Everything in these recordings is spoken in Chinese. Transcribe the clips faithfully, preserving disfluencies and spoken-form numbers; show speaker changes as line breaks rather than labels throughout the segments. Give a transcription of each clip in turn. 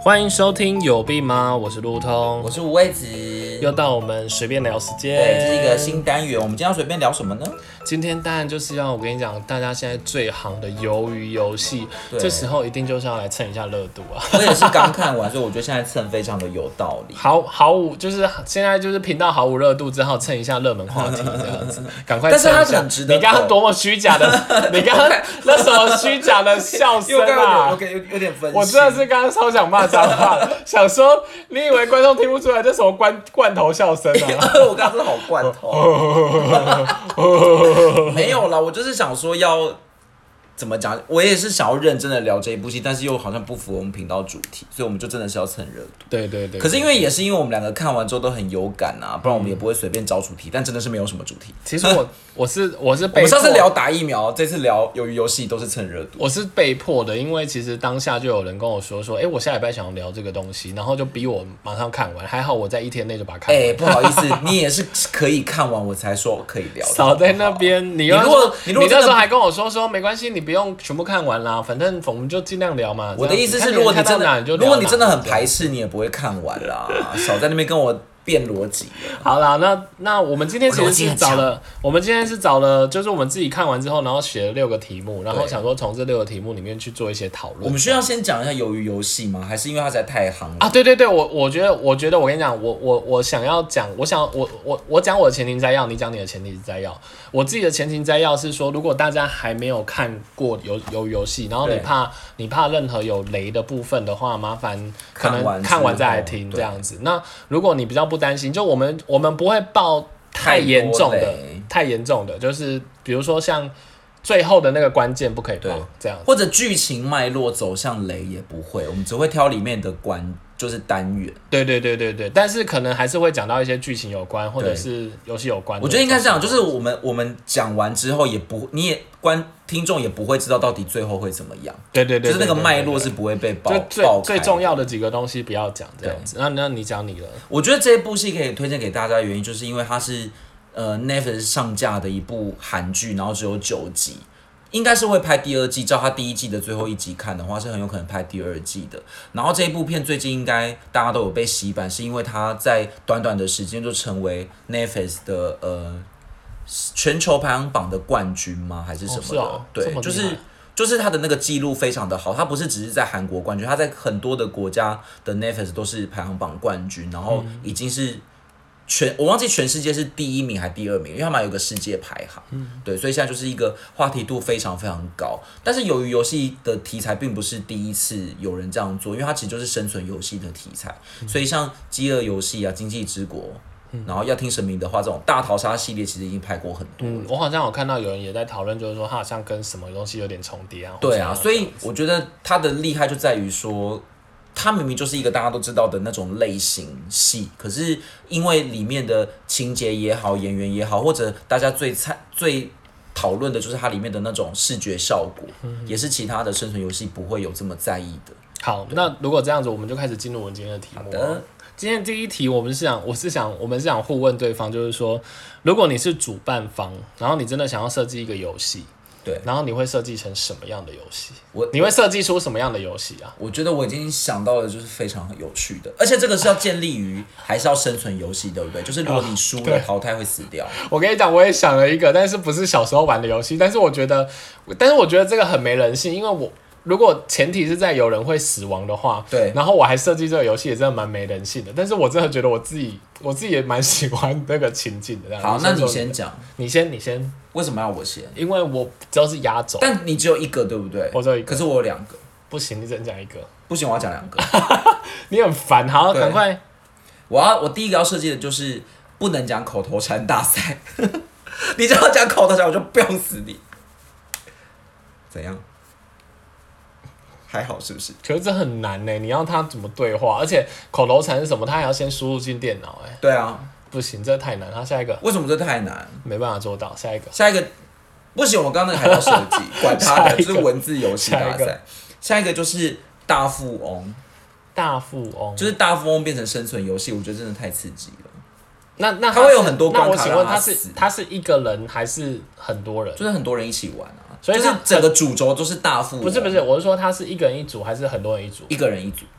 欢迎收听有病吗？我是路通，
我是吴畏子，
又到我们随便聊时间。
对，这是一个新单元。我们今天要随便聊什么呢？
今天当然就是要我跟你讲，大家现在最行的鱿鱼游戏，这时候一定就是要来蹭一下热度啊！
我也是刚看完，所以我觉得现在蹭非常的有道理。
毫毫无就是现在就是频道毫无热度，只好蹭一下热门话题这样子，赶快蹭一下。
但是它很值得。
你刚刚多么虚假的，你刚刚那什么虚假的笑声啊！
有有有点分析。
我真的是刚刚超想骂脏话，想说你以为观众听不出来这什么罐罐头笑声啊？
我刚刚真的好罐头。没有啦，我就是想说要怎么讲，我也是想要认真的聊这一部戏，但是又好像不符合我们频道主题，所以我们就真的是要蹭热度。
对对 对, 对。
可是因为也是因为我们两个看完之后都很有感啊，不然我们也不会随便找主题，但真的是没有什么主题。
其实我我是我是被迫，
我们上次聊打疫苗，这次聊鱿鱼游戏都是蹭热度。
我是被迫的，因为其实当下就有人跟我说说，哎、欸，我下礼拜想要聊这个东西，然后就逼我马上看完，还好我在一天内就把它看完。
哎、欸，不好意思，你也是可以看完我才说可以聊的。
少在那边，你
如果
你那时候还跟我说说没关系，你不用全部看完啦，反正我们就尽量聊嘛。
我的意思是，如果你真的如果你真的很排斥，你也不会看完啦。少在那边跟我变逻辑。
好啦，那那我们今天其实是找了，我们今天是找了，就是我们自己看完之后，然后写了六个题目，然后想说从这六个题目里面去做一些讨论。
我们需要先讲一下鱿鱼游戏吗？还是因为它实在太夯了
啊？对对对，我我觉得，我觉得我跟你讲，我我我想要讲，我想我我我讲我的前情摘要，你讲你的前情摘要。我自己的前情摘要是说，如果大家还没有看过鱿鱿鱼游戏，然后你怕你怕任何有雷的部分的话，麻烦可能看完再来听这样子。那如果你比较不担心，就我们我们不会爆太严重的，太严重的，就是比如说像最后的那个关键不可以爆这样子，
或者剧情脉络走向雷也不会，我们只会挑里面的关。就是单元，
对对对对对，但是可能还是会讲到一些剧情有关，或者是游戏有关。
我觉得应该是这样，就是我们我们讲完之后，也不你也观听众也不会知道到底最后会怎么样。
对对 对, 对, 对, 对, 对, 对，
就是那个脉络是不会被爆
就最
爆开
最重要的几个东西不要讲这样子。那那你讲你的，
我觉得这部戏可以推荐给大家的原因，就是因为它是呃 Netflix 上架的一部韩剧，然后只有九集。应该是会拍第二季，照他第一季的最后一集看的话，是很有可能拍第二季的。然后这一部片最近应该大家都有被洗版，是因为它在短短的时间就成为 Netflix 的呃全球排行榜的冠军吗？还是什么的？
哦哦、
对，就是就是他的那个记录非常的好，他不是只是在韩国冠军，他在很多的国家的 Netflix 都是排行榜冠军，然后已经是。全我忘记全世界是第一名还是第二名，因为他们有个世界排行，嗯、对，所以现在就是一个话题度非常非常高。但是由于游戏的题材并不是第一次有人这样做，因为它其实就是生存游戏的题材，嗯、所以像饥饿游戏啊、经济之国，嗯、然后要听神明的话，这种大逃杀系列其实已经拍过很多了。
嗯，我好像有看到有人也在讨论，就是说它好像跟什么东西有点重叠啊。
对啊，所以我觉得它的厉害就在于说。它明明就是一个大家都知道的那种类型戏，可是因为里面的情节也好，演员也好，或者大家最最讨论的就是它里面的那种视觉效果，嗯、也是其他的生存游戏不会有这么在意的。
好，那如果这样子，我们就开始进入我们今天的题目。好的，今天第一题，我们是想，我是想，我们是想互问对方，就是说，如果你是主办方，然后你真的想要设计一个游戏。
对，
然后你会设计成什么样的游戏？我你会设计出什么样的游戏啊？
我觉得我已经想到了，就是非常有趣的，而且这个是要建立于还是要生存游戏，对不对？就是如果你输了，淘汰会死掉。
我跟你讲，我也想了一个，但是不是小时候玩的游戏，但是我觉得，但是我觉得这个很没人性，因为我。如果前提是在有人会死亡的话，
对，
然后我还设计这个游戏，也真的蛮没人性的。但是我真的觉得我自己，我自己也蛮喜欢那个情境的。
好，那你先讲，
你先，你先。
为什么要我先？
因为我只要是压轴，
但你只有一个，对不对？
我只有一个，
可是我有两个。
不行，你只能讲一个。
不行，我要讲两个。
你很烦，好，赶快。
我要，我第一个要设计的就是不能讲口头禅大赛。你只要讲口头禅，我就不用死你。怎样？还好是不是？
可是这很难呢，你要他怎么对话？而且口头禅是什么？他还要先输入进电脑哎。
对啊，
不行，这太难。他下一个
为什么这太难？
没办法做到。下一个，
下一个不行，我刚刚那个还要设计，管他的，就是文字游戏大赛。下一个就是大富翁，
大富翁
就是大富翁变成生存游戏，我觉得真的太刺激了。
那那
他会有很多关卡让他死。
那我请问他是他是一个人还是很多人？
就是很多人一起玩啊。
所以
就是整个主轴都是大富翁。
不是不是，我是说他是一个人一组还是很多人一组？
一个人一组，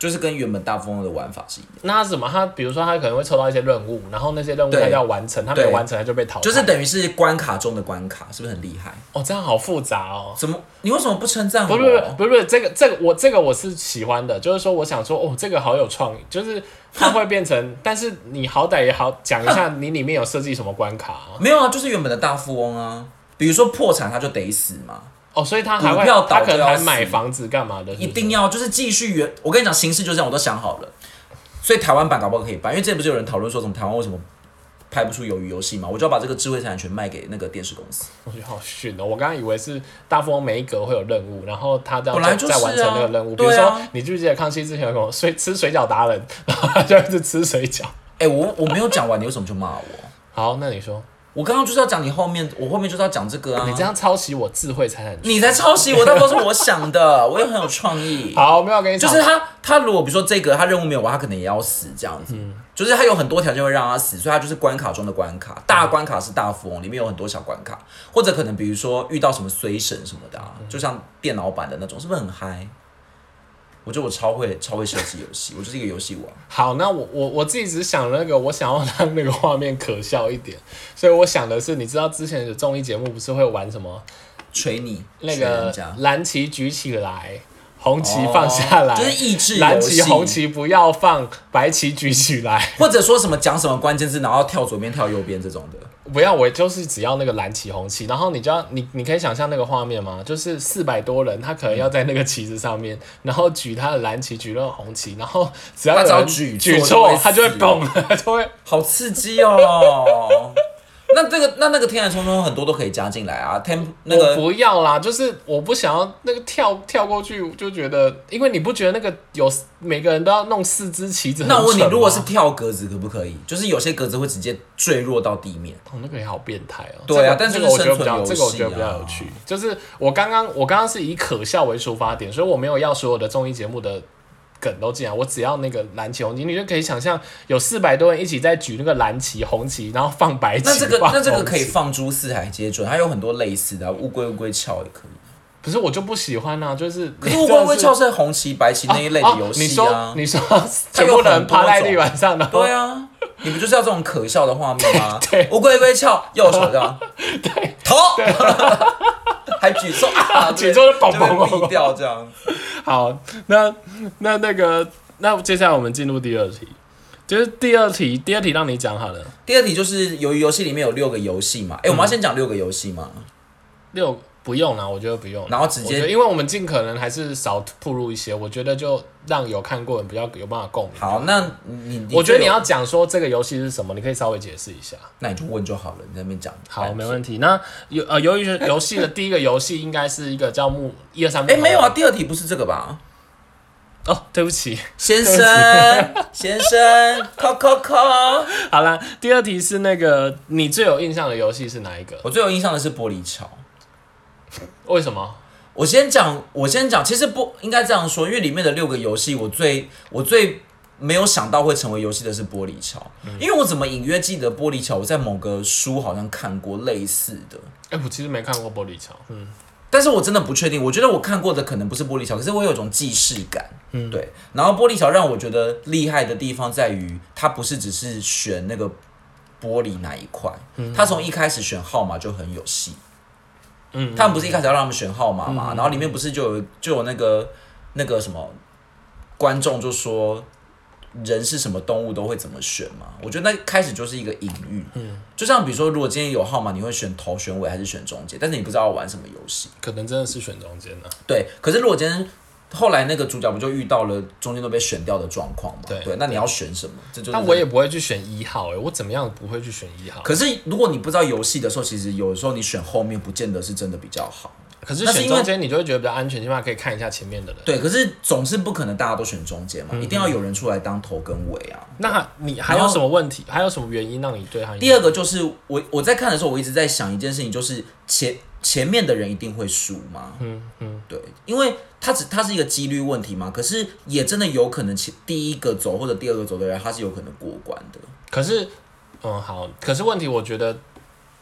就是跟原本大富翁的玩法是一样。
那他怎么？他比如说他可能会抽到一些任务，然后那些任务他要完成，他没有完成他就被淘汰。
就是等于是关卡中的关卡，是不是很厉害？
哦，这样好复杂哦。
怎么？你为什么不称赞我？
不是不是不是不是这个这个我这个我是喜欢的，就是说我想说哦，这个好有创意，就是它会变成，但是你好歹也好讲一下你里面有设计什么关卡、啊？
没有啊，就是原本的大富翁啊，比如说破产他就得死嘛。
哦，所以他还会，他可能还买房子干嘛的是不是？
一定要就是继续原，我跟你讲，形式就这样，我都想好了。所以台湾版搞不好可以办，因为之前不是有人讨论说，什么台湾为什么拍不出鱿鱼游戏嘛？我就要把这个智慧财产权卖给那个电视公司。
我觉得好逊哦！我刚刚以为是大富翁每一格会有任务，然后他这样再、
啊、
完成那个任务。比如说，你记不记得康熙之前有什么水吃水饺达人，然后他就一直吃水饺。
哎、欸，我我没有讲完，你为什么就骂我？
好，那你说。
我刚刚就是要讲你后面，我后面就是要讲这个啊！
你这样抄袭我智慧财产权，
你才抄袭我，那都是我想的，我又很有创意。
好，我没有跟你讲，
就是他，他如果比如说这个他任务没有完，他可能也要死这样子。嗯，就是他有很多条件会让他死，所以他就是关卡中的关卡。大关卡是大富翁，里面有很多小关卡，或者可能比如说遇到什么衰神什么的、啊，就像电脑版的那种，是不是很嗨？我觉得我超会超会设计游戏，我就是一个游戏王。
好，那我我我自己只是想那个，我想要让那个画面可笑一点，所以我想的是，你知道之前的综艺节目不是会玩什么？
捶你
那个蓝旗举起来，红旗放下来，
哦、就是益智游戏。
蓝旗红旗不要放，白旗举起来，
或者说什么讲什么关键字，然后跳左边跳右边这种的。
不要，我就是只要那个蓝旗红旗，然后你就要你你可以想象那个画面吗？就是四百多人，他可能要在那个旗子上面，然后举他的蓝旗，举那个红旗，然后只要有人举举错，他就会蹦，他就会
好刺激哦。那这个那那个天然冲冲很多都可以加进来啊，天那个
我不要啦，就是我不想要那个跳跳过去，就觉得，因为你不觉得那个有每个人都要弄四只旗子很蠢吗？
那我问你，如果是跳格子可不可以？就是有些格子会直接坠落到地面。
哦，那个也好变态哦。
对啊，
这个、
但是
这个我觉得比较，
啊、
这个我觉得比较有趣。就是我刚刚我刚刚是以可笑为出发点，所以我没有要所有的综艺节目的梗都进来，我只要那个蓝旗红旗，你就可以想象有四百多人一起在举那个蓝旗红旗，然后放白旗。
那这个那这个可以放诸四海皆准，还有很多类似的乌龟乌龟翘也可以。
不是我就不喜欢啊，就是
可是乌龟乌龟翘是红旗白旗那一类的游戏啊。
啊你说你说全部人趴在地板上的，
对啊，你不就是要这种可笑的画面吗？
对，
乌龟乌龟翘，右手这样，
对，
头，还举错啊，
举错就嘣嘣嘣
毙掉这样。
好，那那那个，那接下来我们进入第二题，就是第二题，第二题让你讲好了。
第二题就是由于游戏里面有六个游戏嘛，哎、欸，我们要先讲六个游戏吗？
六不用啦，我觉得不用。
然后直接，
因为我们尽可能还是少曝露一些，我觉得就让有看过人比较有办法共鸣。
好，那你
我觉得你要讲说这个游戏是什么，你可以稍微解释一下。
那你就问就好了，你在那边讲。
好，没问题。那有呃，由于游戏的第一个游戏应该是一个叫木一二三。
哎，没有啊，第二题不是这个吧？
哦，对不起，
先生，先生，扣扣扣。
好啦，第二题是那个你最有印象的游戏是哪一个？
我最有印象的是玻璃桥。
为什么？
我先讲，我先讲，其实不应该这样说，因为里面的六个游戏，我最我最没有想到会成为游戏的是玻璃桥，嗯、因为我怎么隐约记得玻璃桥，我在某个书好像看过类似的。
哎、欸，我其实没看过玻璃桥，嗯。
但是我真的不确定，我觉得我看过的可能不是玻璃桥，可是我有一种既视感，嗯，对。然后玻璃桥让我觉得厉害的地方在于，它不是只是选那个玻璃哪一块，嗯、它从一开始选号码就很有戏，嗯，他们不是一开始要让他们选号码嘛，嗯、然后里面不是就有就有那个那个什么观众就说。人是什么动物都会怎么选嘛？我觉得那开始就是一个隐喻，嗯，就像比如说，如果今天有号码，你会选头、选尾还是选中间？但是你不知道要玩什么游戏，
可能真的是选中间的。
对，可是如果今天后来那个主角不就遇到了中间都被选掉的状况嘛？对，对，那你要选什么？这就是。
但我也不会去选一号、欸，哎，我怎么样不会去选一号？
可是如果你不知道游戏的时候，其实有时候你选后面不见得是真的比较好。
可是选中间你就会觉得比较安全，起码可以看一下前面的人。
对，可是总是不可能大家都选中间嘛，嗯、一定要有人出来当头跟尾啊。
那你还有什么问题？还有什么原因让你对他？
第二个就是我我在看的时候，我一直在想一件事情，就是前前面的人一定会输吗？嗯嗯，对，因为它只它是一个几率问题嘛，可是也真的有可能前第一个走或者第二个走的人，他是有可能过关的。
可是，嗯，好，可是问题我觉得。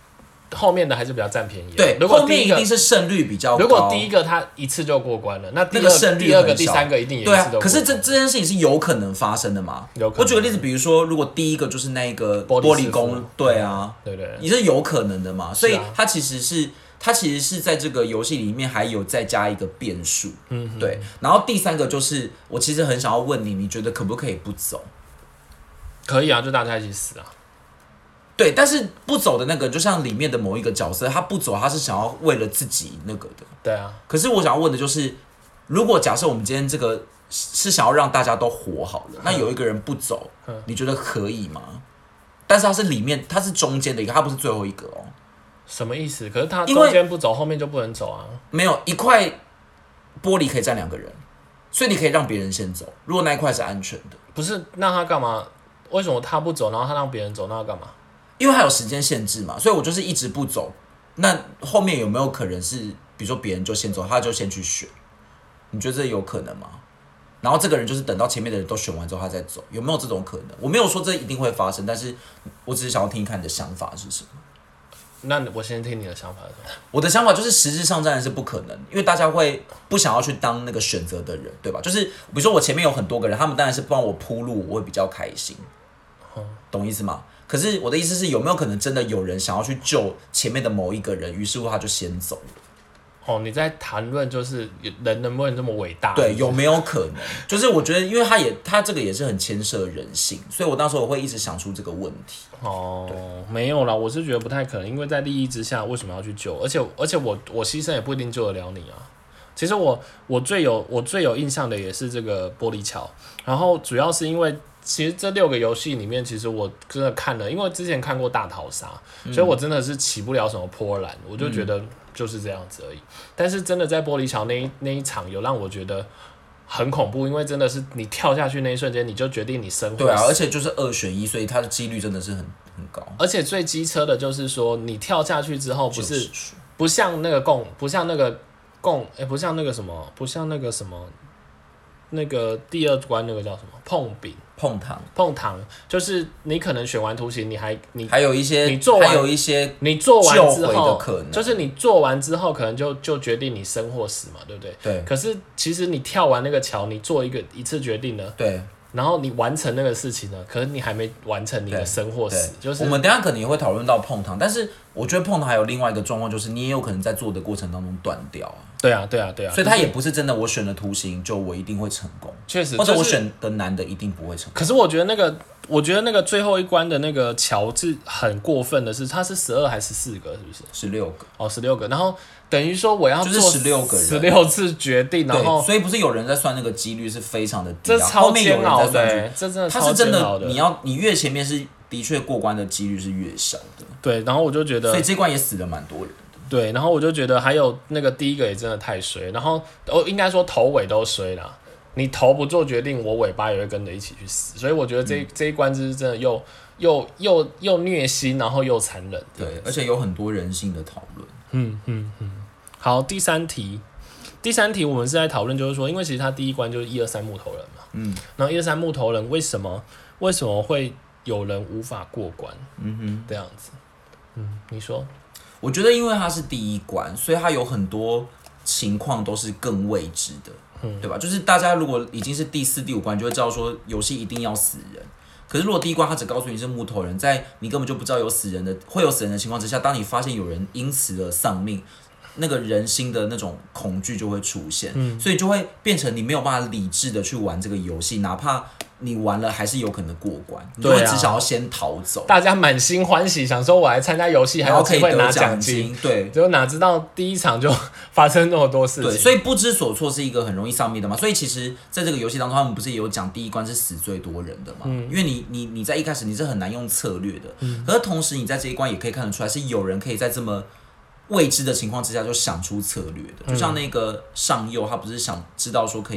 后面的还是比较占便宜。
对，
如果
后面一定是胜率比较高。
如果第一个他一次就过关了，那第二、
那个胜率
第二个、第三个一定也一次都过关。
对啊，可是这这件事情是有可能发生的嘛？
有可能。
我举个例子，比如说，如果第一个就是那个玻璃工，对啊，
对对，
也是有可能的嘛。所以它其实是。它其实是在这个游戏里面还有再加一个变数，嗯，对。然后第三个就是，我其实很想要问你，你觉得可不可以不走？
可以啊，就大家一起死啊。
对，但是不走的那个，就像里面的某一个角色，他不走，他是想要为了自己那个的。
对啊。
可是我想要问的就是，如果假设我们今天这个是想要让大家都活好了，那有一个人不走，你觉得可以吗？但是他是里面，他是中间的一个，他不是最后一个哦。
什么意思？可是他中间不走，后面就不能走啊。
没有一块玻璃可以站两个人，所以你可以让别人先走。如果那一块是安全的，
不是？那他干嘛？为什么他不走，然后他让别人走？那要干嘛？
因为他有时间限制嘛，所以我就是一直不走。那后面有没有可能是，比如说别人就先走，他就先去选？你觉得这有可能吗？然后这个人就是等到前面的人都选完之后，他再走，有没有这种可能？我没有说这一定会发生，但是我只是想要听看你的想法是什么。
那我先听你的想法是什么？
我的想法就是实质上当然是不可能，因为大家会不想要去当那个选择的人，对吧？就是比如说我前面有很多个人，他们当然是帮我铺路，我会比较开心，懂意思吗？可是我的意思是，有没有可能真的有人想要去救前面的某一个人，于是乎他就先走了？
哦，你在谈论就是人能不能这么伟大？
对，有没有可能？就是我觉得，因为他也他这个也是很牵涉人性，所以我那时候我会一直想出这个问题。
哦，没有啦，我是觉得不太可能，因为在利益之下，为什么要去救？而且而且我我牺牲也不一定救得了你啊。其实我我最有我最有印象的也是这个玻璃桥，然后主要是因为其实这六个游戏里面，其实我真的看了，因为之前看过大逃杀，嗯、所以我真的是起不了什么波澜，我就觉得就是这样子而已。但是真的在玻璃桥那一那一场，有让我觉得很恐怖，因为真的是你跳下去那一瞬间，你就决定你生活。
对啊，而且就是二选一，所以它的几率真的是很很高。
而且最机车的就是说，你跳下去之后，不是不像那个共，不像那个共，哎、欸，不像那个什么，不像那个什么，那个第二关那个叫什么碰饼。
碰糖，
碰糖就是你可能选完图形，你还你
还有一些，
你做完
还有一些
你做完之后
的可能，
就是你做完之后，可能就就决定你生或死嘛，对不对？
对。
可是其实你跳完那个桥，你做一个一次决定了，
对。
然后你完成那个事情呢，可是你还没完成你的生或死，就是
我们等一下可能也会讨论到碰糖，但是我觉得碰糖还有另外一个状况，就是你也有可能在做的过程当中断掉啊。
对啊，对啊，对啊，
所以它也不是真的，我选了图形就我一定会成功，
确实，
或者我选的难的一定不会成功。
可是我觉得那个，我觉得那个最后一关的那个桥是很过分的是，它是十二还是四个，是不是？
十六个
哦，十六个，然后等于说我要做
十六个人，
十六次决定，然后
所以不是有人在算那个几率是非常的低，
这超煎熬
的、
欸，这真的
超煎熬的。你要你越前面是的确过关的几率是越小的，
对，然后我就觉得，
所以这关也死了蛮多人。
对，然后我就觉得还有那个第一个也真的太衰，然后哦应该说头尾都衰啦。你头不做决定，我尾巴也会跟着一起去死，所以我觉得这、嗯、这一关就是真的又又又又虐心，然后又残忍。
对，而且有很多人性的讨论。
嗯嗯嗯。好，第三题，第三题我们是在讨论，就是说，因为其实他第一关就是一二三木头人嘛，嗯，然后一二三木头人为什么为什么会有人无法过关？嗯哼，这样子。嗯，你说。
我觉得因为它是第一关，所以它有很多情况都是更未知的，嗯、对吧？就是大家如果已经是第四、第五关，就会知道说游戏一定要死人。可是如果第一关它只告诉你是木头人，在你根本就不知道有死人的会有死人的情况之下，当你发现有人因此而丧命，那个人心的那种恐惧就会出现，嗯、所以就会变成你没有办法理智的去玩这个游戏，哪怕你玩了还是有可能过关，你就会只想要先逃走。
大家满心欢喜，想说我来参加游戏，还有机会拿奖金。
对，
结果哪知道第一场就发生那么多事情。
对，所以不知所措是一个很容易丧命的嘛。所以其实在这个游戏当中，他们不是也有讲第一关是死最多人的嘛？嗯、因为你你你在一开始你是很难用策略的，嗯、可是同时你在这一关也可以看得出来，是有人可以在这么未知的情况之下就想出策略的。就像那个上佑，他不是想知道说可以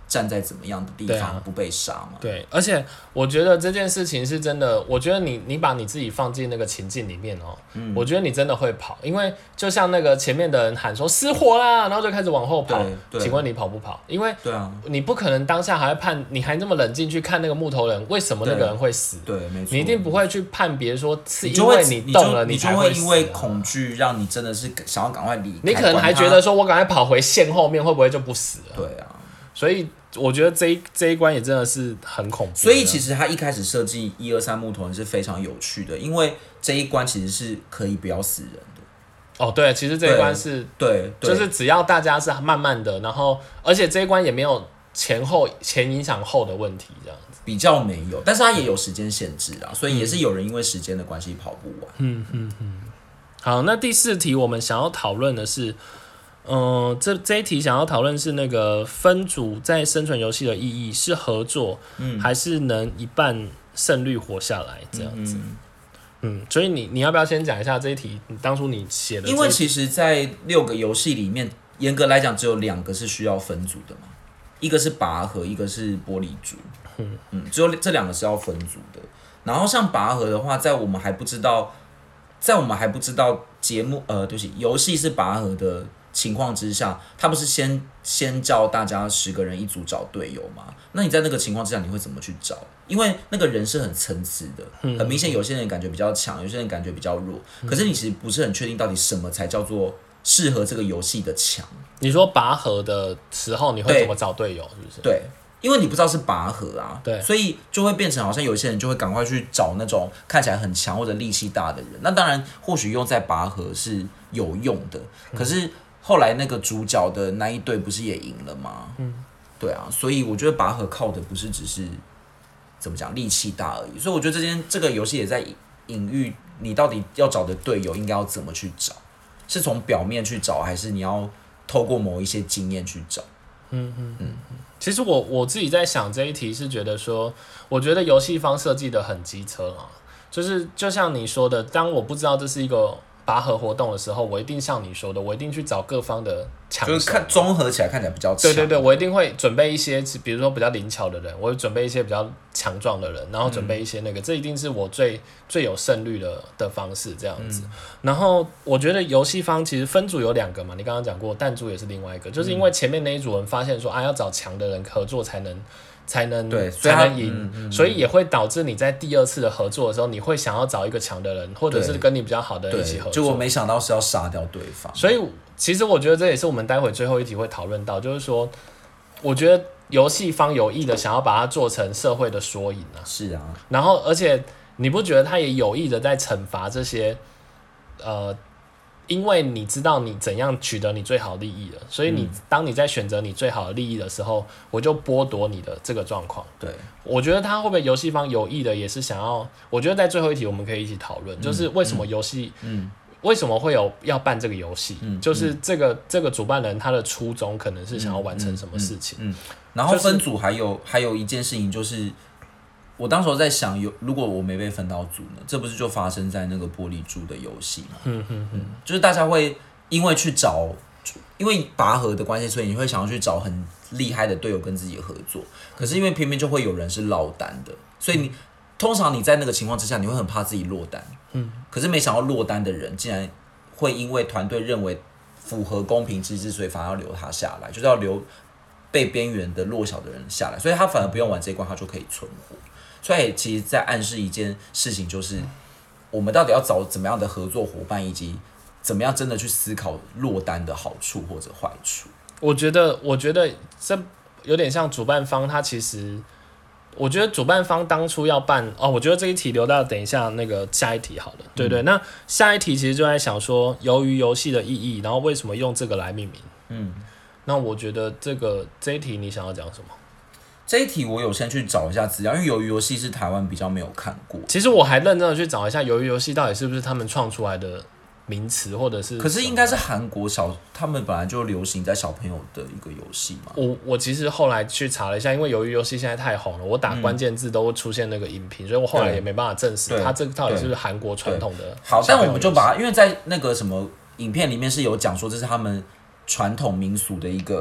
站在怎么样的地方、啊、不被杀嘛。
对，而且我觉得这件事情是真的，我觉得你你把你自己放进那个情境里面哦，嗯、我觉得你真的会跑，因为就像那个前面的人喊说失火啦，然后就开始往后跑，请问你跑不跑？因为
对啊，
你不可能当下还会判，你还那么冷静去看那个木头人为什么那个人会死？
对，对没错，
你一定不会去判别说是因为你动了
你
才会死、啊，
你就会因为恐惧让你真的是想要赶快离开，
你可能还觉得说我赶快跑回线后面会不会就不死了？
对啊。
所以我觉得这一这一关也真的是很恐怖。
所以其实他一开始设计一二三木头人是非常有趣的，因为这一关其实是可以不要死人的。
哦，对，其实这一关是，
对，对
就是只要大家是慢慢的，然后而且这一关也没有前后前影响后的问题，这样子
比较没有，但是它也有时间限制啦，所以也是有人因为时间的关系跑不完。
嗯嗯嗯。好，那第四题我们想要讨论的是。嗯、呃，这这一题想要讨论是那个分组在生存游戏的意义是合作，嗯，还是能一半胜率活下来这样子？嗯，嗯所以你你要不要先讲一下这一题？你当初你写的，
因为其实，在六个游戏里面，严格来讲只有两个是需要分组的嘛，一个是拔河，一个是玻璃珠。嗯嗯，只有这两个是要分组的。然后像拔河的话，在我们还不知道，在我们还不知道节目呃，对不起，游戏是拔河的情况之下，他不是先先叫大家十个人一组找队友吗？那你在那个情况之下，你会怎么去找？因为那个人是很参差的，很明显，有些人感觉比较强，有些人感觉比较弱。可是你其实不是很确定到底什么才叫做适合这个游戏的强。
你说拔河的时候，你会怎么找队友？是不是？
对。因为你不知道是拔河啊，
对，
所以就会变成好像有些人就会赶快去找那种看起来很强或者力气大的人。那当然，或许用在拔河是有用的，可是后来那个主角的那一队不是也赢了吗？嗯，对啊，所以我觉得拔河靠的不是只是怎么讲力气大而已。所以我觉得这件这个游戏也在隐喻你到底要找的队友应该要怎么去找，是从表面去找，还是你要透过某一些经验去找？
嗯嗯嗯。其实我我自己在想这一题是觉得说，我觉得游戏方设计的很机车啊，就是就像你说的，当我不知道这是一个拔河活动的时候，我一定像你说的，我一定去找各方的强手，
就是看综合起来看起来比较强。
对对对，我一定会准备一些，比如说比较灵巧的人，我会准备一些比较强壮的人，然后准备一些那个，嗯、这一定是我最最有胜率的的方式这样子。嗯、然后我觉得游戏方其实分组有两个嘛，你刚刚讲过，弹珠也是另外一个，就是因为前面那一组人发现说啊，要找强的人合作才能。才能
对
才能赢、嗯嗯，所以也会导致你在第二次的合作的时候，你会想要找一个强的人，或者是跟你比较好的人一起合作。
结果没想到是要杀掉对方。
所以其实我觉得这也是我们待会最后一题会讨论到，就是说，我觉得游戏方有意的想要把它做成社会的缩影啊。
是啊。然
后，而且你不觉得他也有意的在惩罚这些呃？因为你知道你怎样取得你最好利益了，所以你、嗯、当你在选择你最好的利益的时候，我就剥夺你的这个状况。
对，
我觉得他会不会游戏方有意的也是想要？我觉得在最后一题我们可以一起讨论、嗯，就是为什么游戏，嗯，为什么会有要办这个游戏、嗯？就是这个这个主办人他的初衷可能是想要完成什么事情？嗯，嗯嗯嗯
然后分组还有、就是、还有一件事情就是。我当时在想，有如果我没被分到组呢？这不是就发生在那个玻璃珠的游戏吗？嗯嗯嗯，就是大家会因为去找，因为拔河的关系，所以你会想要去找很厉害的队友跟自己合作。可是因为偏偏就会有人是落单的，所以你、嗯、通常你在那个情况之下，你会很怕自己落单。嗯，可是没想到落单的人竟然会因为团队认为符合公平机制，所以反而要留他下来，就是要留被边缘的弱小的人下来，所以他反而不用玩这一关，他就可以存活。所以其实在暗示一件事情，就是我们到底要找怎么样的合作伙伴，以及怎么样真的去思考落单的好处或者坏处。
我觉得，我觉得这有点像主办方，他其实，我觉得主办方当初要办哦，我觉得这一题留到等一下那个下一题好了，对对。嗯、那下一题其实就在想说，由于游戏的意义，然后为什么用这个来命名？嗯，那我觉得这个这一题你想要讲什么？
这一题我有先去找一下资料，因为鱿鱼游戏是台湾比较没有看过。
其实我还认真的去找一下鱿鱼游戏到底是不是他们创出来的名词，或者是
可是应该是韩国小，他们本来就流行在小朋友的一个游戏嘛。
我我其实后来去查了一下，因为鱿鱼游戏现在太红了，我打关键字都会出现那个影评、嗯，所以我后来也没办法证实它这到底是不是韩国传统的。
好，但我们就把它，因为在那个什么影片里面是有讲说这是他们传统民俗的一个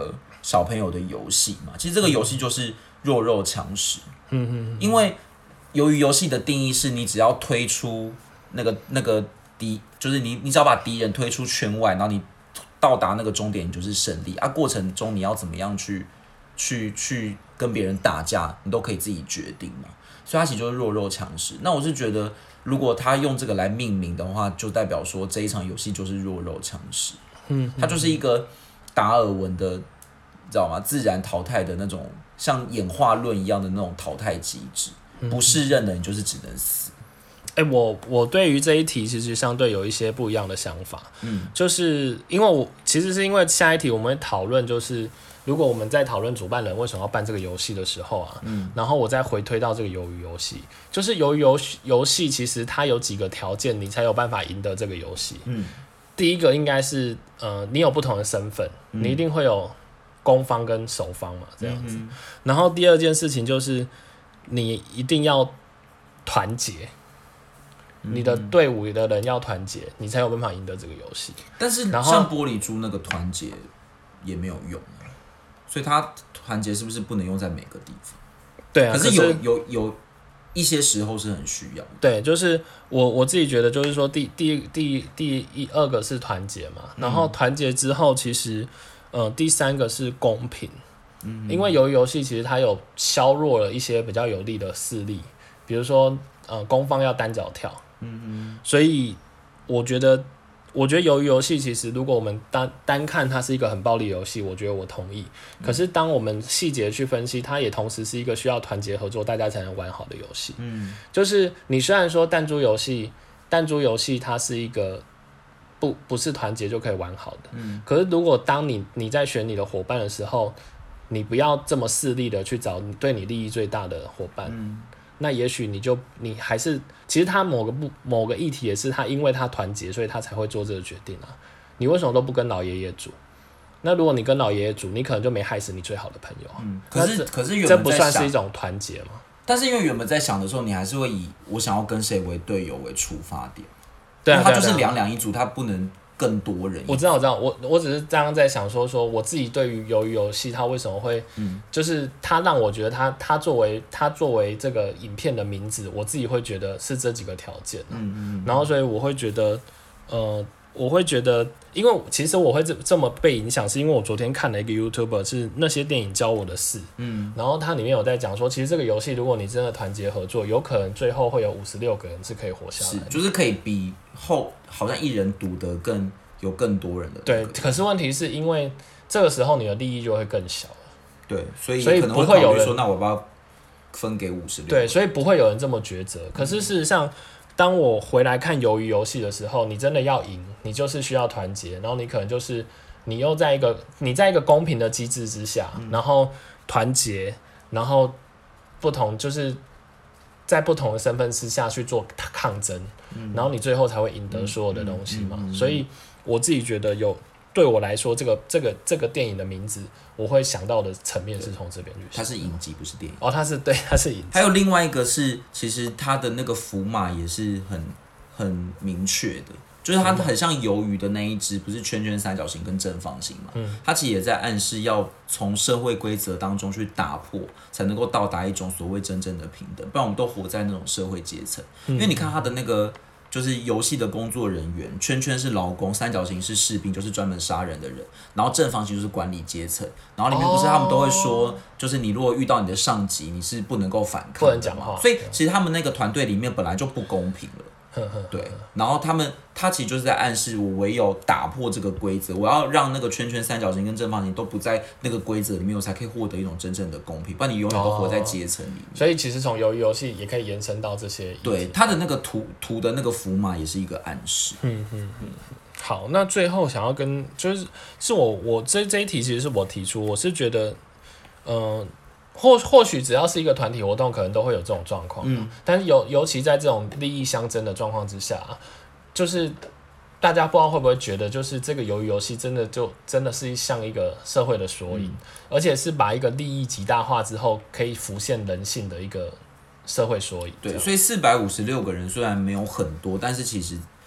小朋友的游戏嘛。其实这个游戏就是弱肉强食，嗯嗯，因为由于游戏的定义是你只要推出那个那个敌，就是你你只要把敌人推出圈外，然后你到达那个终点，你就是胜利啊。过程中你要怎么样去去去跟别人打架，你都可以自己决定嘛。所以它其实就是弱肉强食。那我是觉得，如果他用这个来命名的话，就代表说这一场游戏就是弱肉强食。嗯，它就是一个达尔文的，你知道吗？自然淘汰的那种，像演化论一样的那种淘汰机制。不适任的你就是只能死。
哎、欸，我我对于这一题其实相对有一些不一样的想法。嗯，就是因为我其实是因为下一题我们会讨论，就是如果我们在讨论主办人为什么要办这个游戏的时候啊，嗯，然后我再回推到这个鱿鱼游戏，就是鱿鱼游游戏其实它有几个条件，你才有办法赢得这个游戏。嗯，第一个应该是呃，你有不同的身份，嗯、你一定会有攻方跟守方嘛，这样子。嗯、然后第二件事情就是你一定要团结。你的队伍的人要团结，你才有办法赢得这个游戏。
但是像玻璃珠那个团结也没有用，所以它团结是不是不能用在每个地方？
对啊，
可是有有有一些时候是很需要的。
对，就是我我自己觉得，就是说第第第第一二个是团结嘛，然后团结之后，其实呃第三个是公平，嗯，因为由于游戏其实它有削弱了一些比较有利的势力，比如说呃攻方要单脚跳。嗯、所以我觉得，我觉得鱿鱼游戏其实，如果我们单单看它是一个很暴力游戏，我觉得我同意。可是当我们细节去分析，它也同时是一个需要团结合作，大家才能玩好的游戏。嗯，就是你虽然说弹珠游戏，弹珠游戏它是一个不不是团结就可以玩好的。嗯，可是如果当你你在选你的伙伴的时候，你不要这么势利的去找对你利益最大的伙伴。嗯，那也许你就你还是，其实他某个不某个议题也是他，因为他团结，所以他才会做这个决定啊。你为什么都不跟老爷爷组？那如果你跟老爷爷组，你可能就没害死你最好的朋友啊。
嗯，可是可是原
本这不算是一种团结吗？
但是因为原本在想的时候，你还是会以我想要跟谁为队友为出发点。
对啊，
他就是两两一组，他不能更多人。
我知道，我知道，我我只是刚刚在想说，说我自己对于鱿鱼游戏，它为什么会，嗯，就是它让我觉得它它作为它作为这个影片的名字，我自己会觉得是这几个条件、啊，嗯嗯，然后所以我会觉得，呃，我会觉得，因为其实我会这这么被影响，是因为我昨天看了一个 YouTuber， 是那些电影教我的事，嗯，然后它里面有在讲说，其实这个游戏如果你真的团结合作，有可能最后会有五十六个人是可以活下来的，
是，就是可以比后好像一人赌得更。有更多人的
对，可是问题是因为这个时候你的利益就会更小了，
对，所以
所以
可能
不会有人
说，那我要分给五十六，
对，所以不会有人这么抉择。可是事实上，当我回来看鱿鱼游戏的时候，你真的要赢，你就是需要团结，然后你可能就是你又在一个你在一个公平的机制之下，嗯、然后团结，然后不同就是在不同的身份之下去做抗争。然后你最后才会赢得所有的东西嘛，嗯嗯嗯嗯、所以我自己觉得有对我来说，这个这个这个电影的名字，我会想到的层面是从这边去想。
它是影集，不是电影。
哦，它是对，它是影集。
还有另外一个是，其实它的那个符码也是很很明确的，就是它很像鱿鱼的那一只，不是圈圈、三角形跟正方形嘛？嗯，它其实也在暗示要从社会规则当中去打破，才能够到达一种所谓真正的平等。不然我们都活在那种社会阶层。因为你看它的那个。就是游戏的工作人员，圈圈是劳工，三角形是士兵，就是专门杀人的人，然后正方形就是管理阶层，然后里面不是他们都会说，哦、就是你如果遇到你的上级，你是不能够反抗的，
不能讲话，
所以其实他们那个团队里面本来就不公平了。对，然后他们他其实就是在暗示我唯有打破这个规则，我要让那个圈圈、三角形跟正方形都不在那个规则里面，我才可以获得一种真正的公平，不然你永远都活在阶层里面。
哦、所以其实从鱿鱼游戏也可以延伸到这些。
对，他的那个图图的那个符码也是一个暗示。
嗯嗯嗯。好，那最后想要跟就是是我我这这一题其实是我提出，我是觉得，嗯、呃。或或许只要是一个团体活动，可能都会有这种状况。嗯，但是尤尤其在这种利益相争的状况之下，就是大家不知道会不会觉得，就是这个鱿鱼游戏真的就真的是像一个社会的缩影，嗯、而且是把一个利益极大化之后可以浮现人性的一个社会缩影。
对，所以四百五十六个人虽然没有很多，但是其实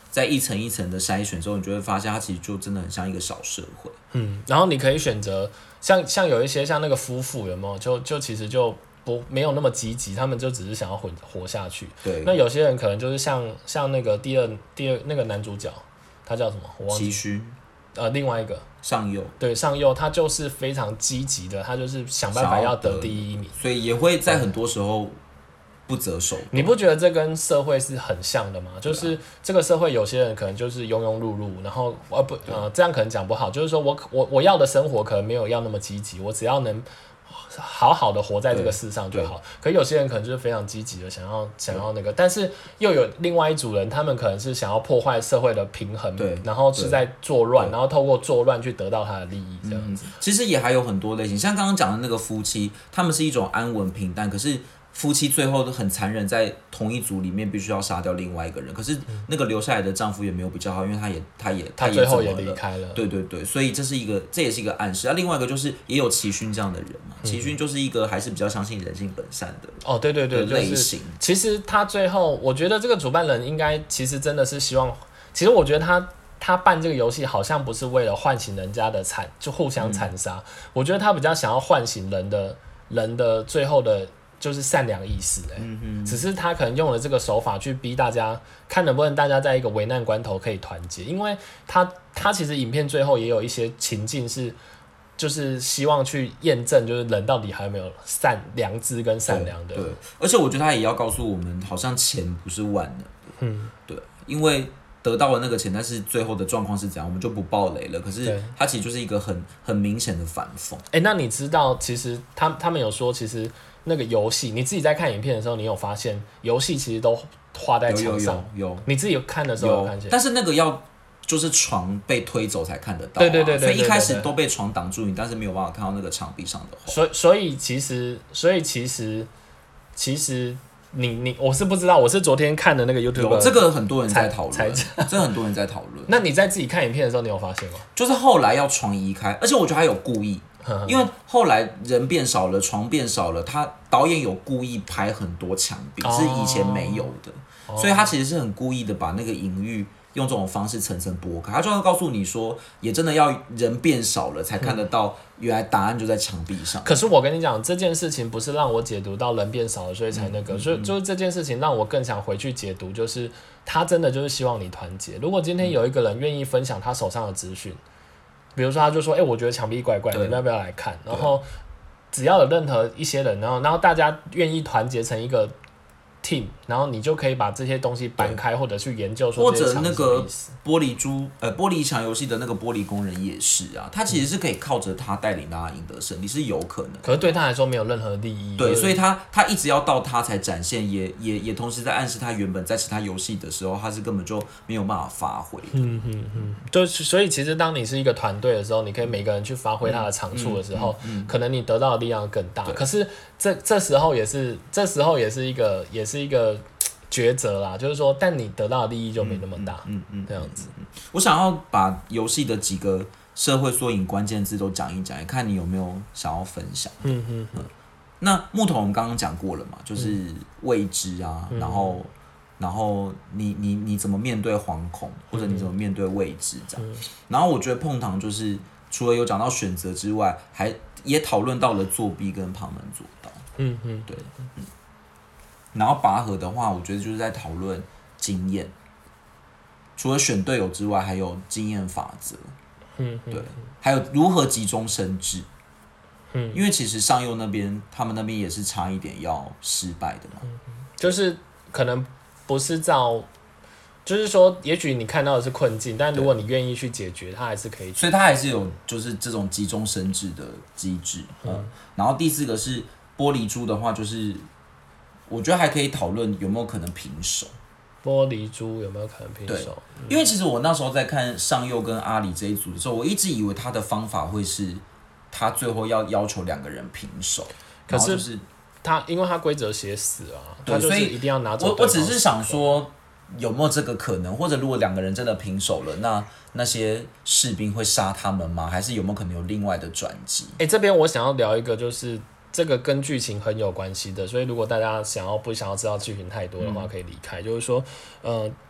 在一层一层的筛选之后，你就会发现它其实就真的很像一个小社会。
嗯，然后你可以选择像像有一些像那个夫妇有没有，就就其实就不没有那么积极，他们就只是想要活活下去。
对，
那有些人可能就是像像那个第二第二那个男主角，他叫什么？我忘记。
崎岖。
呃，另外一个
上佑，
对上佑，他就是非常积极的，他就是想办法要得第一名，
所以也会在很多时候不择手段。
你不觉得这跟社会是很像的吗？就是这个社会有些人可能就是庸庸碌碌，然后呃不呃这样可能讲不好，就是说我我我要的生活可能没有要那么积极，我只要能好好的活在这个世上就好。可有些人可能就是非常积极的想要想要那个，但是又有另外一组人，他们可能是想要破坏社会的平衡，然后是在作乱，然后透过作乱去得到他的利益，这样子、嗯。
其实也还有很多类型，像刚刚讲的那个夫妻，他们是一种安稳平淡，可是夫妻最后都很残忍，在同一组里面必须要杀掉另外一个人，可是那个留下来的丈夫也没有比较好，因为他也他也
他最后也离开了。
对对对，所以这是一个这也是一个暗示。啊，另外一个就是也有崎岖这样的人嘛，崎岖就是一个还是比较相信人性本善的
哦，对对对，
类型。
就是、其实他最后，我觉得这个主办人应该其实真的是希望，其实我觉得他。他办这个游戏好像不是为了唤醒人家的残，就互相残杀、嗯。我觉得他比较想要唤醒人的人的最后的，就是善良意识、欸。嗯嗯。只是他可能用了这个手法去逼大家，看能不能大家在一个危难关头可以团结。因为他他其实影片最后也有一些情境是，就是希望去验证，就是人到底还有没有善良知跟善良的。
对。对，而且我觉得他也要告诉我们，好像钱不是万能的。嗯。对，因为。得到了那个钱，但是最后的状况是怎样，我们就不爆雷了。可是它其实就是一个很很明显的反讽。
哎、欸，那你知道，其实他他们有说，其实那个游戏，你自己在看影片的时候，你有发现游戏其实都画在墙上。
有有有有，
你自己有看的时候有看见，
但是那个要就是床被推走才看得到、啊。
对对对 对, 對, 對, 對, 對, 對，
所以一开始都被床挡住你，但是没有办法看到那个墙壁上的画。
所以所以其实所以其实其实。你你我是不知道，我是昨天看的那个 YouTube，
这个很多人在讨论，这很多人在讨论。
那你在自己看影片的时候，你有发现吗？
就是后来要床移开，而且我觉得他有故意，因为后来人变少了，床变少了，他导演有故意拍很多墙壁，哦、是以前没有的，哦、所以他其实是很故意的把那个隐喻。用这种方式层层剥开，他就要告诉你说，也真的要人变少了才看得到，原来答案就在墙壁上。
可是我跟你讲，这件事情不是让我解读到人变少了，所以才那个，嗯嗯嗯、所以就是这件事情让我更想回去解读，就是他真的就是希望你团结。如果今天有一个人愿意分享他手上的资讯，比如说他就说，哎、欸，我觉得墙壁怪怪，你们要不要来看？然后只要有任何一些人，然后然后大家愿意团结成一个。team， 然后你就可以把这些东西搬开，或者去研究说这些墙是什么意思。
或者那个玻璃珠，呃，玻璃墙游戏的那个玻璃工人也是啊，他其实是可以靠着他带领大家赢得胜利，是有可能。
可是对他来说没有任何利益。
对，所以他他一直要到他才展现，也也也同时在暗示他原本在其他游戏的时候，他是根本就没有办法发挥。
嗯嗯嗯，就所以其实当你是一个团队的时候，你可以每个人去发挥他的长处的时候，嗯嗯嗯嗯、可能你得到的力量更大。可是这这时候也是，这时候也是一个，也是一个抉择啦。就是说，但你得到的利益就没那么大。嗯嗯，嗯这样子、嗯嗯。
我想要把游戏的几个社会缩影关键字都讲一讲，看你有没有想要分享。嗯嗯嗯。那木头我们刚刚讲过了嘛，就是未知啊，嗯、然后然后你你你怎么面对惶恐，或者你怎么面对未知这样。嗯、然后我觉得碰糖就是除了有讲到选择之外，还也讨论到了作弊跟旁门左道。嗯嗯，对，嗯。然后拔河的话，我觉得就是在讨论经验，除了选队友之外，还有经验法则。嗯，对，还有如何急中生智。嗯，因为其实上佑那边，他们那边也是差一点要失败的嘛。
嗯、就是可能不是照，就是说，也许你看到的是困境，但如果你愿意去解决，它还是可以。
所以它还是有就是这种急中生智的机制。嗯，嗯然后第四个是玻璃珠的话，就是我觉得还可以讨论有没有可能平手。
玻璃珠有没有可能平手？
嗯、因为其实我那时候在看上佑跟阿里这一组的时候，我一直以为他的方法会是。他最后要要求两个人平手，
可是、
就是、
他因为他规则写死啊，他就是一定要拿走。
我我只是想说有没有这个可能，或者如果两个人真的平手了，那那些士兵会杀他们吗？还是有没有可能有另外的转机？
哎、欸，这边我想要聊一个，就是这个跟剧情很有关系的，所以如果大家想要不想要知道剧情太多的话，嗯、可以离开。就是说，呃。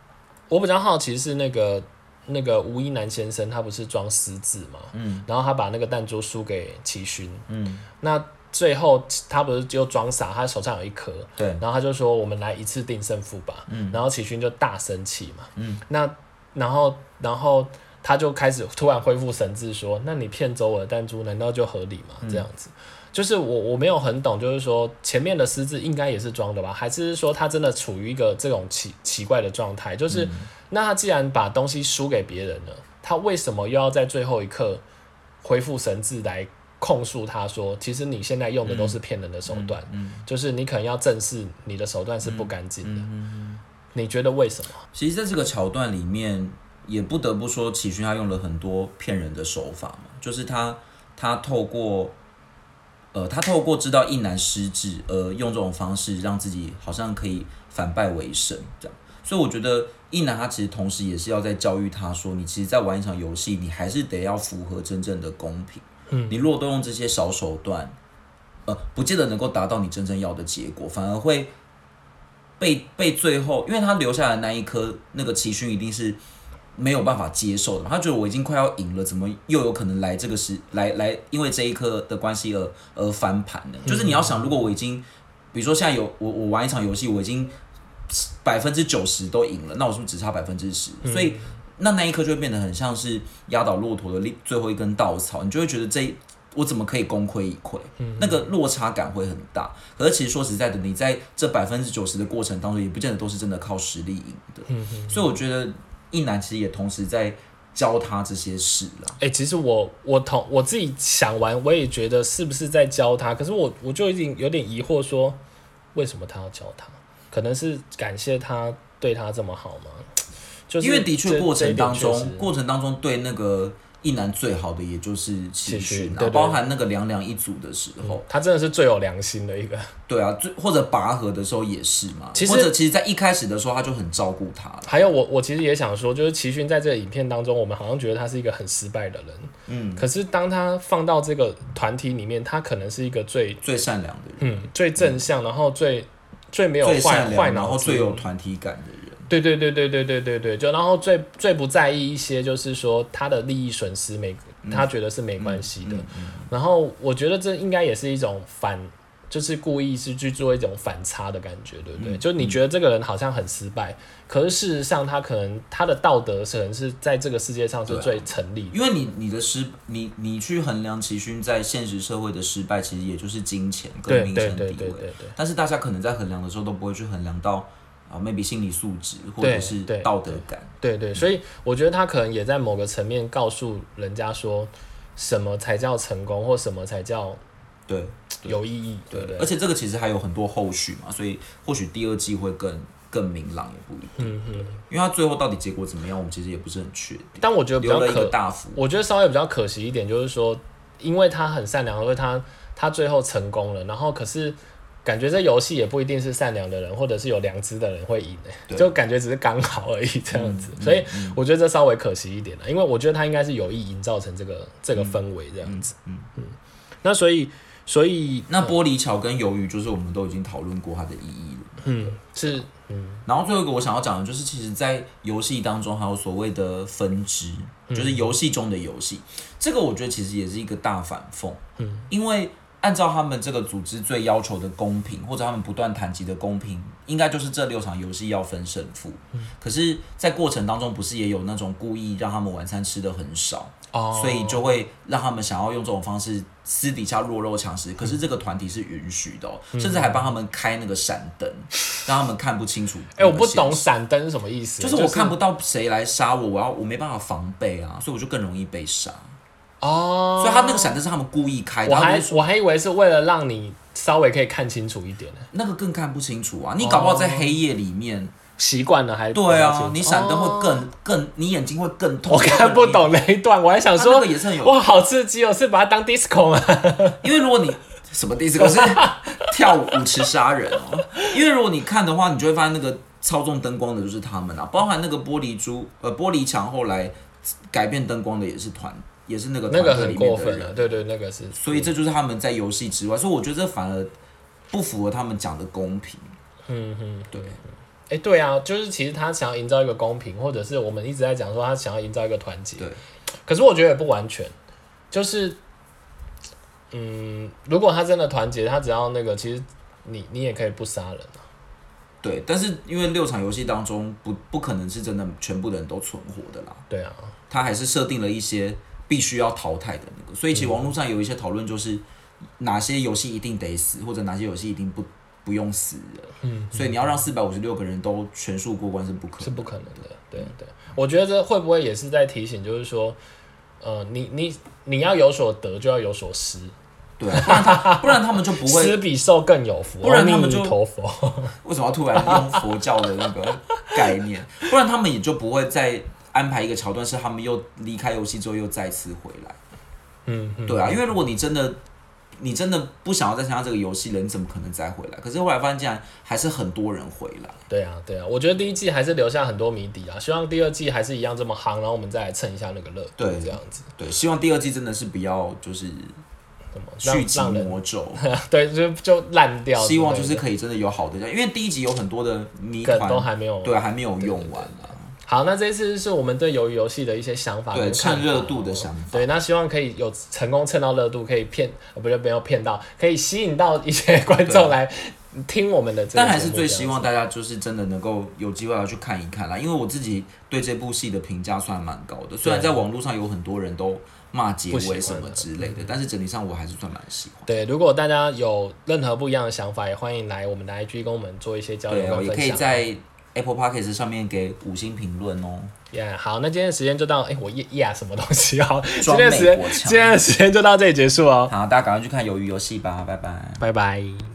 我比较好奇是那个那个吴一男先生，他不是装狮子嘛，嗯，然后他把那个弹珠输给齐勋，嗯，那最后他不是就装傻，他手上有一颗，
对，
然后他就说我们来一次定胜负吧，嗯，然后齐勋就大生气嘛，嗯，那然后然后他就开始突然恢复神智说，那你骗走我的弹珠，难道就合理吗？嗯、这样子。就是我我没有很懂，就是说前面的狮子应该也是装的吧，还是说他真的处于一个这种奇奇怪的状态？就是、嗯、那他既然把东西输给别人了，他为什么又要在最后一刻恢复神智来控诉他说，其实你现在用的都是骗人的手段，嗯嗯、就是你可能要正视你的手段是不干净的。嗯嗯嗯、你觉得为什么？
其实在这个桥段里面，也不得不说齐勋他用了很多骗人的手法嘛，就是他他透过。呃，他透过知道一男失智，而用这种方式让自己好像可以反败为胜，这样。所以我觉得一男他其实同时也是要在教育他说，你其实，在玩一场游戏，你还是得要符合真正的公平。嗯，你如果都用这些小手段，呃，不见得能够达到你真正要的结果，反而会被被最后，因为他留下的那一颗那个齐勋一定是。没有办法接受的嘛，他觉得我已经快要赢了，怎么又有可能来这个时来来，因为这一颗的关系而而翻盘呢？就是你要想，如果我已经，比如说现在有我我玩一场游戏，我已经百分之九十都赢了，那我是不是只差百分之十？所以那那一刻就会变得很像是压倒骆驼的最后一根稻草，你就会觉得这我怎么可以功亏一篑？那个落差感会很大。可是其实说实在的，你在这百分之九十的过程当中，也不见得都是真的靠实力赢的。所以我觉得。一男其实也同时在教他这些事啦。
哎、欸，其实我我同我自己想完，我也觉得是不是在教他？可是我我就已经有点疑惑说，为什么他要教他？可能是感谢他对他这么好吗？就是
因为的确过程当中，过程当中对那个一男最好的也就是齐勋啊，包含那个两两一组的时候、嗯，
他真的是最有良心的一个。
对啊，或者拔河的时候也是嘛。其实或者其实，在一开始的时候他就很照顾他了。
还有我我其实也想说，就是齐勋在这个影片当中，我们好像觉得他是一个很失败的人，嗯，可是当他放到这个团体里面，他可能是一个最
最善良的人，
嗯，最正向，嗯、然后最最没有坏坏脑，
然后最有团体感的人。
对对对对对对对对，就然后最最不在意一些，就是说他的利益损失没，他觉得是没关系的。嗯嗯嗯嗯、然后我觉得这应该也是一种反，就是故意是去做一种反差的感觉，对不对？嗯、就你觉得这个人好像很失败，可是事实上他可能他的道德可能是在这个世界上是最成立的。
因为你你的失，你你去衡量齐勋在现实社会的失败，其实也就是金钱跟名声地位。但是大家可能在衡量的时候都不会去衡量到。啊 ，maybe 心理素质或者是道德感，
对 对, 对, 对，所以我觉得他可能也在某个层面告诉人家说，什么才叫成功，或什么才叫
对
有意义，对不对？
而且这个其实还有很多后续嘛，所以或许第二季会更更明朗，也不一定。嗯哼，因为他最后到底结果怎么样，我们其实也不是很确定。
但我觉得比较可
大幅，
我觉得稍微比较可惜一点，就是说，因为他很善良，所以他他最后成功了，然后可是。感觉这游戏也不一定是善良的人，或者是有良知的人会赢的，就感觉只是刚好而已这样子，嗯、所以我觉得这稍微可惜一点了，因为我觉得他应该是有意营造成这个这个氛围这样子。嗯嗯嗯、那所以所以
那玻璃桥跟鱿鱼就是我们都已经讨论过它的意义了。
嗯，是嗯。
然后最后一个我想要讲的就是，其实，在游戏当中还有所谓的分支，就是游戏中的游戏，这个我觉得其实也是一个大反讽。嗯，因为。按照他们这个组织最要求的公平，或者他们不断谈及的公平，应该就是这六场游戏要分胜负。嗯、可是，在过程当中，不是也有那种故意让他们晚餐吃的很少，哦、所以就会让他们想要用这种方式私底下弱肉强食。可是这个团体是允许的、哦，嗯、甚至还帮他们开那个闪灯，让他们看不清楚。
哎、欸，我不懂闪灯是什么意思，
就是我看不到谁来杀我，我要我没办法防备啊，所以我就更容易被杀。
哦，
所以他那个闪灯是他们故意开的，
我还我还以为是为了让你稍微可以看清楚一点呢。
那个更看不清楚啊！你搞不好在黑夜里面
习惯了还
对啊，你闪灯会更、哦、更，你眼睛会更痛。
我看不懂那一段，我还想说，
那个也是很有
哇，好刺激哦！是把它当 disco 吗？
因为如果你什么 disco 是跳舞舞池杀人哦，因为如果你看的话，你就会发现那个操纵灯光的就是他们啊，包含那个玻璃珠呃玻璃墙后来改变灯光的也是团。也是那个团队里面的人，那个很过分了，
对对，那个是。
所以这就是他们在游戏之外，所以我觉得这反而不符合他们讲的公平。嗯哼，对。
哎、欸，对啊，就是其实他想要营造一个公平，或者是我们一直在讲说他想要营造一个团结。
对。
可是我觉得也不完全，就是，嗯，如果他真的团结，他只要那个，其实你你也可以不杀人啊。
对，但是因为六场游戏当中不不可能是真的全部的人都存活的啦。
对啊。
他还是设定了一些必须要淘汰的那个，所以其实网络上有一些讨论，就是哪些游戏一定得死，或者哪些游戏一定不不用死的。嗯。所以你要让四百五十六个人都全数过关是不可能的，
是不可能的。对对，我觉得这会不会也是在提醒，就是说。呃，你你你要有所得，就要有所失。
对、啊，不然他不然他们就不会
施比受更有福，
不然他们就
头佛。
为什么要突然用佛教的那个概念？不然他们也就不会再安排一个桥段，是他们又离开游戏之后又再次回来。
嗯，嗯
对啊，因为如果你真的你真的不想要再参加这个游戏了，你怎么可能再回来？可是后来发现，竟然还是很多人回来。
对啊，对啊，我觉得第一季还是留下很多谜底啊，希望第二季还是一样这么夯，然后我们再来蹭一下那个热度，这样子。
对，希望第二季真的是不要就是续集魔咒，
对，就就烂掉。
希望就是可以真的有好的，因为第一集有很多的谜团
都还没有，
对，还没有用完啊。
好，那这一次是我们对鱿鱼游戏的一些想法，
对，蹭热度的想法。
对，那希望可以有成功蹭到热度，可以骗，不是没有骗到，可以吸引到一些观众来听我们的这个节目。
但还是最希望大家就是真的能够有机会要去看一看啦，因为我自己对这部戏的评价算蛮高的，虽然在网络上有很多人都骂结尾什么之类的，但是整体上我还是算蛮喜欢。
对，如果大家有任何不一样的想法，也欢迎来我们的 I G 跟我们做一些交流跟分享。
也可以在Apple Podcast 上面给五星评论哦。
Yeah， 好，那今天的时间就到，哎、欸，我 yeah 什么东西？好，今天的时间，今天的时间就到这里结束哦。
好，大家赶快去看《鱿鱼游戏》吧，拜拜，
拜拜。